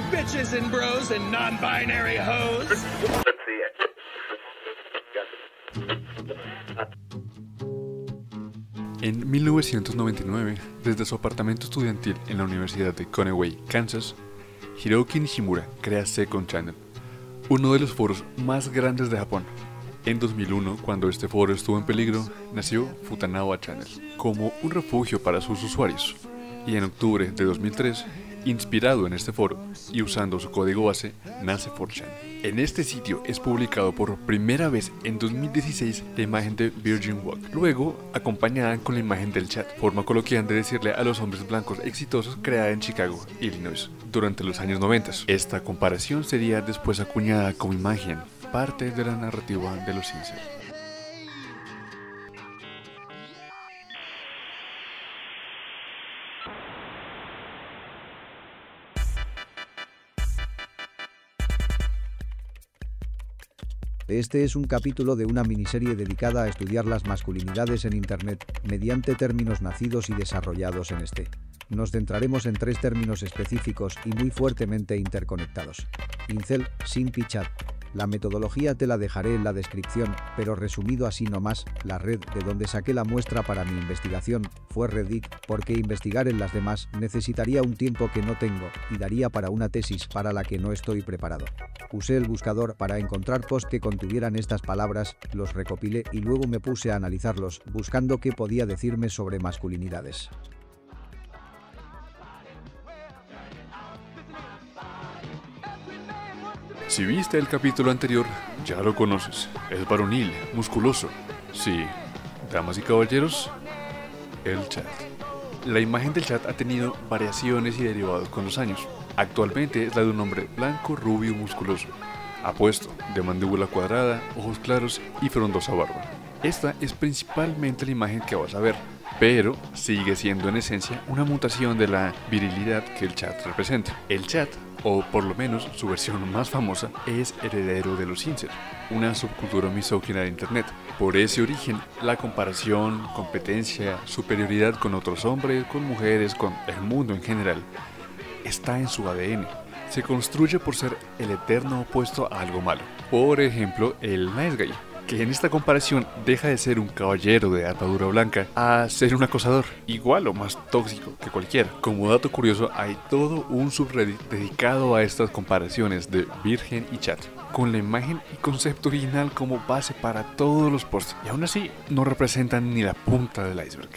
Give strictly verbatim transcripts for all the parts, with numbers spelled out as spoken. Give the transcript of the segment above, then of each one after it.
bitches and bros and non-binary hoes. En mil novecientos noventa y nueve, desde su apartamento estudiantil en la Universidad de Conway, Kansas, Hiroki Nishimura crea Second Channel, uno de los foros más grandes de Japón. En dos mil uno, cuando este foro estuvo en peligro, nació Futanawa Channel como un refugio para sus usuarios. Y en octubre de dos mil tres, inspirado en este foro y usando su código base, nace cuatro chan. En este sitio es publicado por primera vez en dos mil dieciséis la imagen de Virgin Walk, luego acompañada con la imagen del chat, forma coloquial de decirle a los hombres blancos exitosos creada en Chicago, Illinois, durante los años noventa. Esta comparación sería después acuñada como imagen, parte de la narrativa de los incels. Este es un capítulo de una miniserie dedicada a estudiar las masculinidades en Internet, mediante términos nacidos y desarrollados en este. Nos centraremos en tres términos específicos y muy fuertemente interconectados: incel, simp y chat. La metodología te la dejaré en la descripción, pero resumido así nomás, la red de donde saqué la muestra para mi investigación fue Reddit, porque investigar en las demás necesitaría un tiempo que no tengo y daría para una tesis para la que no estoy preparado. Usé el buscador para encontrar posts que contuvieran estas palabras, los recopilé y luego me puse a analizarlos, buscando qué podía decirme sobre masculinidades. Si viste el capítulo anterior, ya lo conoces. Es varonil, musculoso. Sí, damas y caballeros, el chat. La imagen del chat ha tenido variaciones y derivados con los años. Actualmente es la de un hombre blanco, rubio, musculoso, apuesto, de mandíbula cuadrada, ojos claros y frondosa barba. Esta es principalmente la imagen que vas a ver, pero sigue siendo en esencia una mutación de la virilidad que el chat representa. El chat, o por lo menos su versión más famosa, es heredero de los incels, una subcultura misógina de internet. Por ese origen, la comparación, competencia, superioridad con otros hombres, con mujeres, con el mundo en general, está en su A D N. Se construye por ser el eterno opuesto a algo malo. Por ejemplo, el nice guy, que en esta comparación deja de ser un caballero de atadura blanca a ser un acosador, igual o más tóxico que cualquiera. Como dato curioso, hay todo un subreddit dedicado a estas comparaciones de virgen y chat, con la imagen y concepto original como base para todos los posts, y aún así no representan ni la punta del iceberg.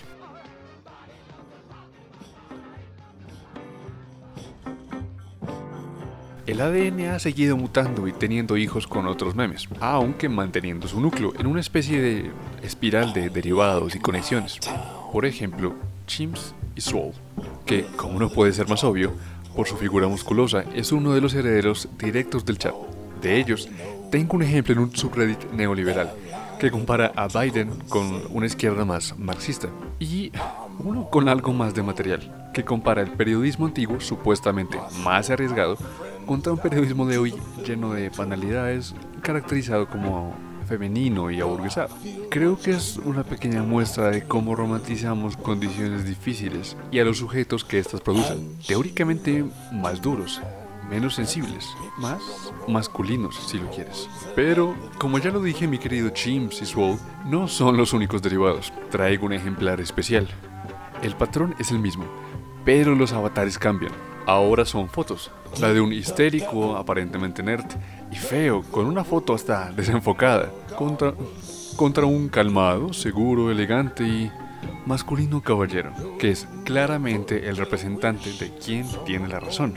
El A D N ha seguido mutando y teniendo hijos con otros memes, aunque manteniendo su núcleo en una especie de espiral de derivados y conexiones. Por ejemplo, Chimps y Swole, que, como no puede ser más obvio, por su figura musculosa es uno de los herederos directos del chat. De ellos, tengo un ejemplo en un subreddit neoliberal que compara a Biden con una izquierda más marxista, y uno con algo más de material, que compara el periodismo antiguo, supuestamente más arriesgado, contra un periodismo de hoy lleno de banalidades, caracterizado como femenino y aburguesado. Creo que es una pequeña muestra de cómo romantizamos condiciones difíciles y a los sujetos que éstas producen, teóricamente más duros, menos sensibles, más masculinos si lo quieres. Pero, como ya lo dije, mi querido Chimps y Swole no son los únicos derivados. Traigo un ejemplar especial. El patrón es el mismo, pero los avatares cambian. Ahora son fotos, la de un histérico, aparentemente nerd y feo, con una foto hasta desenfocada, contra, contra un calmado, seguro, elegante y masculino caballero, que es claramente el representante de quien tiene la razón.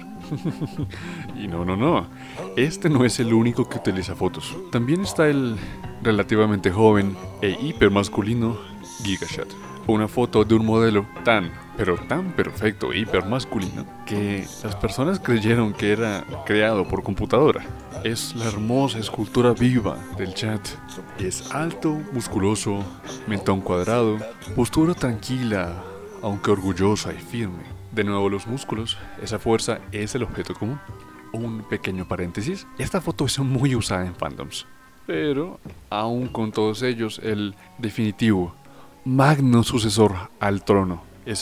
Y no, no, no, este no es el único que utiliza fotos. También está el relativamente joven e hipermasculino GigaChat. Una foto de un modelo tan, pero tan perfecto e hipermasculino que las personas creyeron que era creado por computadora. Es la hermosa escultura viva del chat. Es alto, musculoso, mentón cuadrado, postura tranquila, aunque orgullosa y firme. De nuevo los músculos, esa fuerza es el objeto común. Un pequeño paréntesis, esta foto es muy usada en fandoms, pero aún con todos ellos, el definitivo magno sucesor al trono es el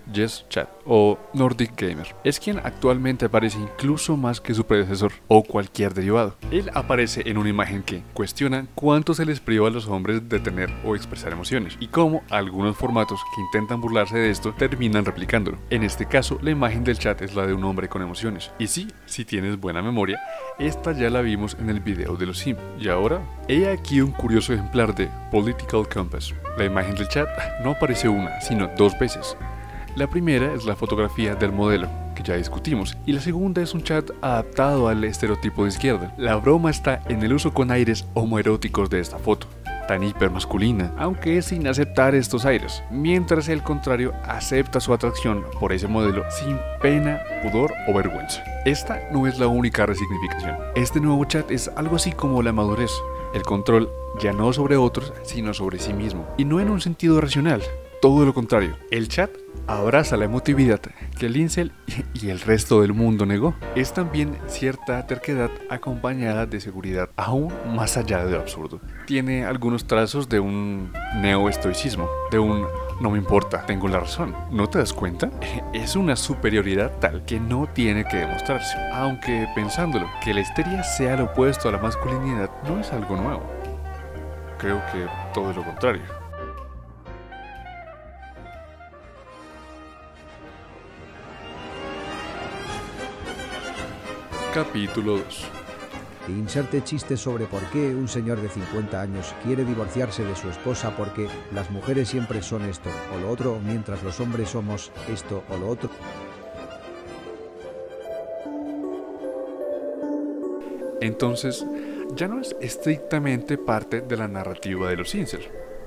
JessChat o Nordic Gamer. Es quien actualmente aparece incluso más que su predecesor o cualquier derivado. Él aparece en una imagen que cuestiona cuánto se les priva a los hombres de tener o expresar emociones y cómo algunos formatos que intentan burlarse de esto terminan replicándolo. En este caso, la imagen del chat es la de un hombre con emociones. Y sí, si tienes buena memoria, esta ya la vimos en el video de los Sims. Y ahora, he aquí un curioso ejemplar de Political Compass. La imagen del chat no aparece una, sino dos veces. La primera es la fotografía del modelo, que ya discutimos, y la segunda es un chat adaptado al estereotipo de izquierda. La broma está en el uso con aires homoeróticos de esta foto, tan hipermasculina, aunque es sin aceptar estos aires, mientras el contrario acepta su atracción por ese modelo sin pena, pudor o vergüenza. Esta no es la única resignificación. Este nuevo chat es algo así como la madurez, el control ya no sobre otros, sino sobre sí mismo, y no en un sentido racional. Todo lo contrario, el chat abraza la emotividad que el incel y el resto del mundo negó. Es también cierta terquedad acompañada de seguridad, aún más allá de lo absurdo. Tiene algunos trazos de un neoestoicismo, de un no me importa, tengo la razón. ¿No te das cuenta? Es una superioridad tal que no tiene que demostrarse. Aunque pensándolo, que la histeria sea lo opuesto a la masculinidad no es algo nuevo. Creo que todo lo contrario. Capítulo dos. Inserte chiste sobre por qué un señor de cincuenta años quiere divorciarse de su esposa porque las mujeres siempre son esto o lo otro, mientras los hombres somos esto o lo otro. Entonces, ya no es estrictamente parte de la narrativa de los incels.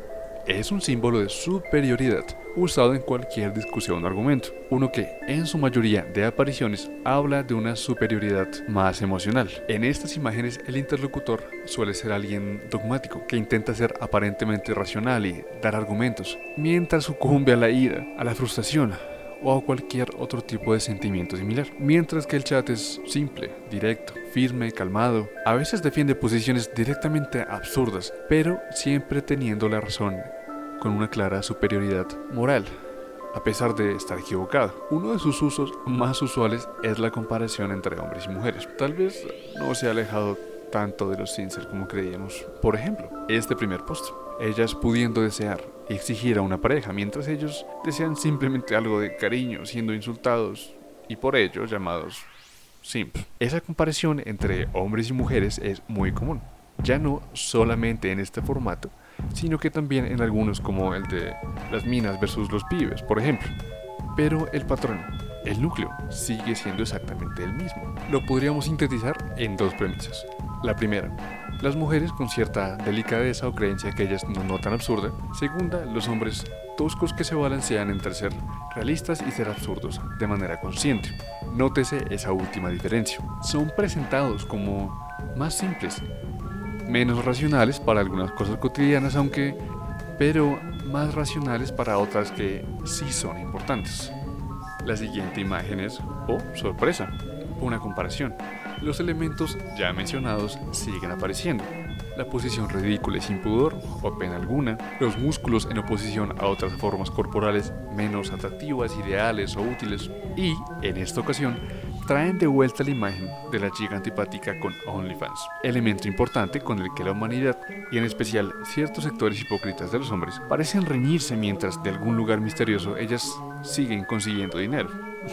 Es un símbolo de superioridad usado en cualquier discusión o argumento, uno que en su mayoría de apariciones habla de una superioridad más emocional. En estas imágenes el interlocutor suele ser alguien dogmático que intenta ser aparentemente racional y dar argumentos, mientras sucumbe a la ira, a la frustración o a cualquier otro tipo de sentimiento similar, mientras que el chat es simple, directo, firme, calmado. A veces defiende posiciones directamente absurdas, pero siempre teniendo la razón, con una clara superioridad moral, a pesar de estar equivocado. Uno de sus usos más usuales es la comparación entre hombres y mujeres. Tal vez no se ha alejado tanto de los incels como creíamos. Por ejemplo, este primer post, ellas pudiendo desear y exigir a una pareja, mientras ellos desean simplemente algo de cariño, siendo insultados y por ello llamados simp. Esa comparación entre hombres y mujeres es muy común, ya no solamente en este formato, sino que también en algunos como el de las minas versus los pibes, por ejemplo. Pero el patrón, el núcleo, sigue siendo exactamente el mismo. Lo podríamos sintetizar en dos premisas. La primera, las mujeres con cierta delicadeza o creencia que ellas no notan absurda. Segunda, los hombres toscos que se balancean entre ser realistas y ser absurdos de manera consciente. Nótese esa última diferencia. Son presentados como más simples, menos racionales para algunas cosas cotidianas, aunque, pero más racionales para otras que sí son importantes. La siguiente imagen es, oh, sorpresa, una comparación. Los elementos ya mencionados siguen apareciendo. La posición ridícula y sin pudor o pena alguna, los músculos en oposición a otras formas corporales menos atractivas, ideales o útiles, y, en esta ocasión, traen de vuelta la imagen de la chica antipática con OnlyFans, elemento importante con el que la humanidad, y en especial ciertos sectores hipócritas de los hombres, parecen reñirse mientras de algún lugar misterioso ellas siguen consiguiendo dinero.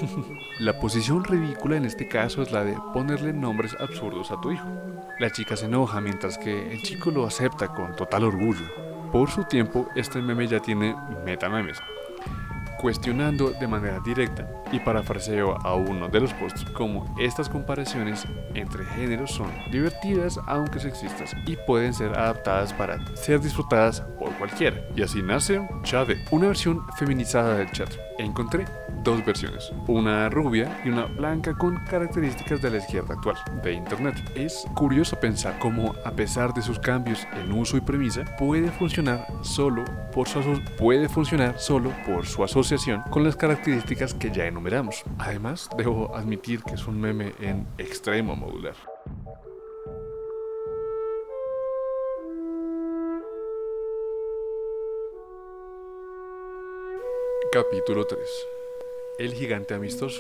La posición ridícula en este caso es la de ponerle nombres absurdos a tu hijo. La chica se enoja mientras que el chico lo acepta con total orgullo. Por su tiempo, este meme ya tiene metamemes, cuestionando de manera directa y parafraseo a uno de los posts como estas comparaciones entre géneros son divertidas aunque sexistas y pueden ser adaptadas para ser disfrutadas por cualquiera. Y así nace Chade, una versión feminizada del chat. Encontré dos versiones, una rubia y una blanca con características de la izquierda actual de internet. Es curioso pensar cómo, a pesar de sus cambios en uso y premisa, puede funcionar solo por su, aso- puede funcionar solo por su asociación con las características que ya enumeramos. Además, debo admitir que es un meme en extremo modular. Capítulo tres. El gigante amistoso.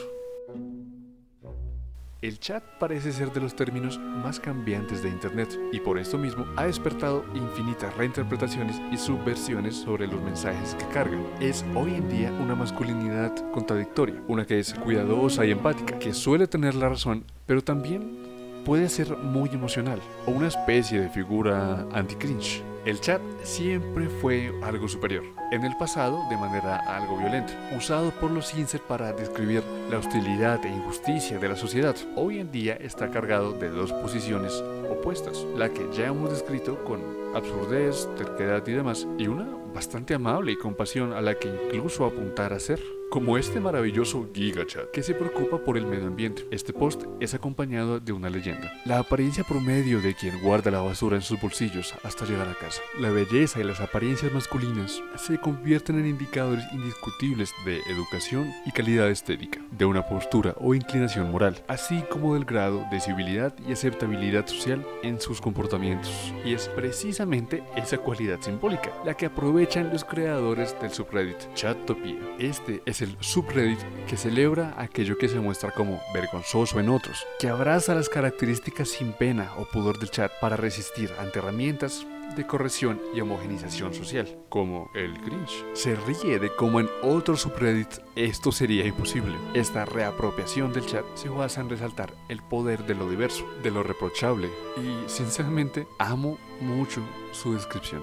El chat parece ser de los términos más cambiantes de Internet y por esto mismo ha despertado infinitas reinterpretaciones y subversiones sobre los mensajes que cargan. Es hoy en día una masculinidad contradictoria, una que es cuidadosa y empática, que suele tener la razón, pero también puede ser muy emocional o una especie de figura anti-cringe. El chat siempre fue algo superior, en el pasado de manera algo violenta, usado por los incels para describir la hostilidad e injusticia de la sociedad. Hoy en día está cargado de dos posiciones opuestas, la que ya hemos descrito con absurdez, terquedad y demás, y una bastante amable y compasión a la que incluso apuntar a ser, como este maravilloso GigaChat que se preocupa por el medio ambiente. Este post es acompañado de una leyenda: la apariencia promedio de quien guarda la basura en sus bolsillos hasta llegar a casa. La belleza y las apariencias masculinas se convierten en indicadores indiscutibles de educación y calidad estética, de una postura o inclinación moral, así como del grado de civilidad y aceptabilidad social en sus comportamientos. Y es precisamente esa cualidad simbólica la que aprovechan los creadores del subreddit Chattopia. Este es el subreddit que celebra aquello que se muestra como vergonzoso en otros, que abraza las características sin pena o pudor del chat para resistir ante herramientas de corrección y homogenización social, como el cringe. Se ríe de cómo en otros subreddits esto sería imposible. Esta reapropiación del chat se basa en resaltar el poder de lo diverso, de lo reprochable, y sinceramente amo mucho su descripción.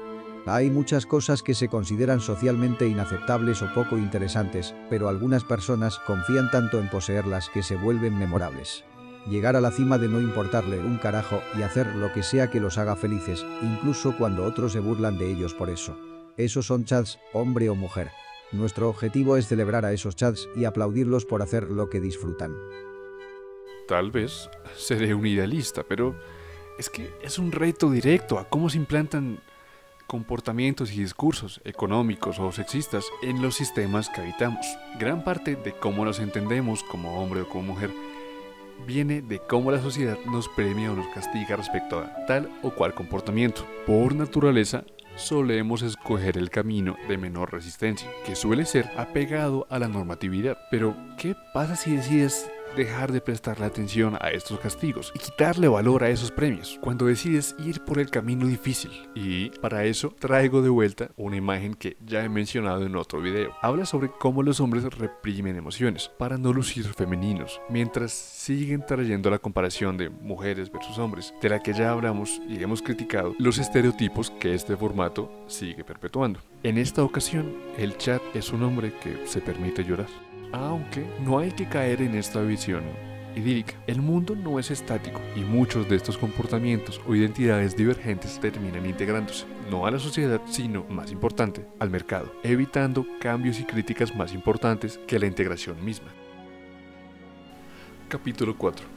Hay muchas cosas que se consideran socialmente inaceptables o poco interesantes, pero algunas personas confían tanto en poseerlas que se vuelven memorables. Llegar a la cima de no importarle un carajo y hacer lo que sea que los haga felices, incluso cuando otros se burlan de ellos por eso. Esos son chats, hombre o mujer. Nuestro objetivo es celebrar a esos chats y aplaudirlos por hacer lo que disfrutan. Tal vez seré un idealista, pero es que es un reto directo a cómo se implantan comportamientos y discursos económicos o sexistas en los sistemas que habitamos. Gran parte de cómo nos entendemos como hombre o como mujer viene de cómo la sociedad nos premia o nos castiga respecto a tal o cual comportamiento. Por naturaleza, solemos escoger el camino de menor resistencia, que suele ser apegado a la normatividad. Pero, ¿qué pasa si decides dejar de prestarle atención a estos castigos y quitarle valor a esos premios cuando decides ir por el camino difícil? Y para eso traigo de vuelta una imagen que ya he mencionado en otro video. Habla sobre cómo los hombres reprimen emociones para no lucir femeninos, mientras siguen trayendo la comparación de mujeres versus hombres, de la que ya hablamos y hemos criticado los estereotipos que este formato sigue perpetuando. En esta ocasión, el chat es un hombre que se permite llorar. Aunque no hay que caer en esta visión idílica. El mundo no es estático y muchos de estos comportamientos o identidades divergentes terminan integrándose, no a la sociedad, sino, más importante, al mercado, evitando cambios y críticas más importantes que la integración misma. Capítulo cuatro.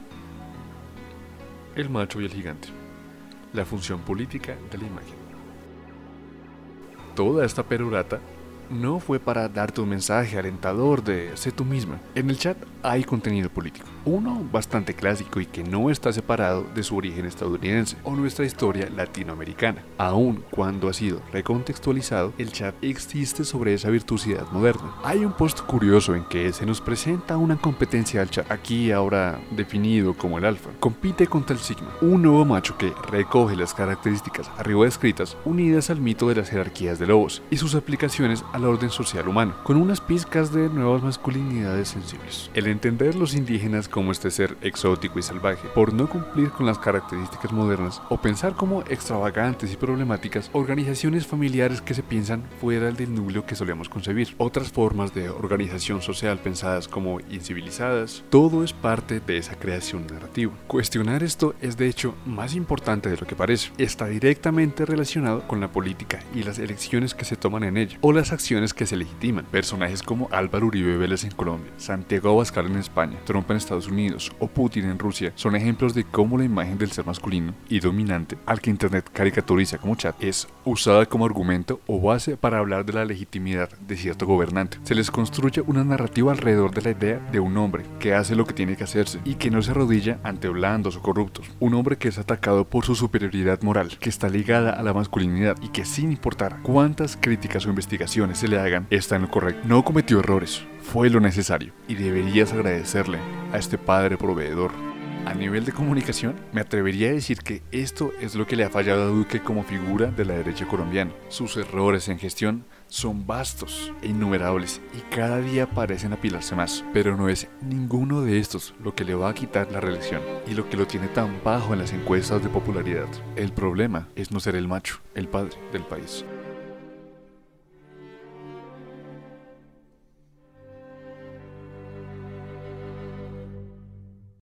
El macho y el gigante. La función política de la imagen. Toda esta perorata no fue para darte un mensaje alentador de sé tú misma. En el chat hay contenido político, uno bastante clásico y que no está separado de su origen estadounidense o nuestra historia latinoamericana. Aun cuando ha sido recontextualizado, el chat existe sobre esa virtuosidad moderna. Hay un post curioso en que se nos presenta una competencia al chat, aquí ahora definido como el alfa. Compite contra el sigma, un nuevo macho que recoge las características arriba descritas unidas al mito de las jerarquías de lobos y sus aplicaciones al orden social humano, con unas pizcas de nuevas masculinidades sensibles. El entender los indígenas como este ser exótico y salvaje por no cumplir con las características modernas o pensar como extravagantes y problemáticas organizaciones familiares que se piensan fuera del núcleo que solemos concebir, otras formas de organización social pensadas como incivilizadas, todo es parte de esa creación narrativa. Cuestionar esto es de hecho más importante de lo que parece. Está directamente relacionado con la política y las elecciones que se toman en ella, o las acciones que se legitiman. Personajes como Álvaro Uribe Vélez en Colombia, Santiago Abascal Abascal en España, Trump en Estados Unidos o Putin en Rusia son ejemplos de cómo la imagen del ser masculino y dominante, al que Internet caricaturiza como chat, es usada como argumento o base para hablar de la legitimidad de cierto gobernante. Se les construye una narrativa alrededor de la idea de un hombre que hace lo que tiene que hacerse y que no se arrodilla ante blandos o corruptos. Un hombre que es atacado por su superioridad moral, que está ligada a la masculinidad y que sin importar cuántas críticas o investigaciones se le hagan, está en lo correcto. No cometió errores, fue lo necesario y deberías agradecerle a este padre proveedor. A nivel de comunicación, me atrevería a decir que esto es lo que le ha fallado a Duque como figura de la derecha colombiana. Sus errores en gestión son vastos e innumerables y cada día parecen apilarse más, pero no es ninguno de estos lo que le va a quitar la reelección y lo que lo tiene tan bajo en las encuestas de popularidad. El problema es no ser el macho, el padre del país.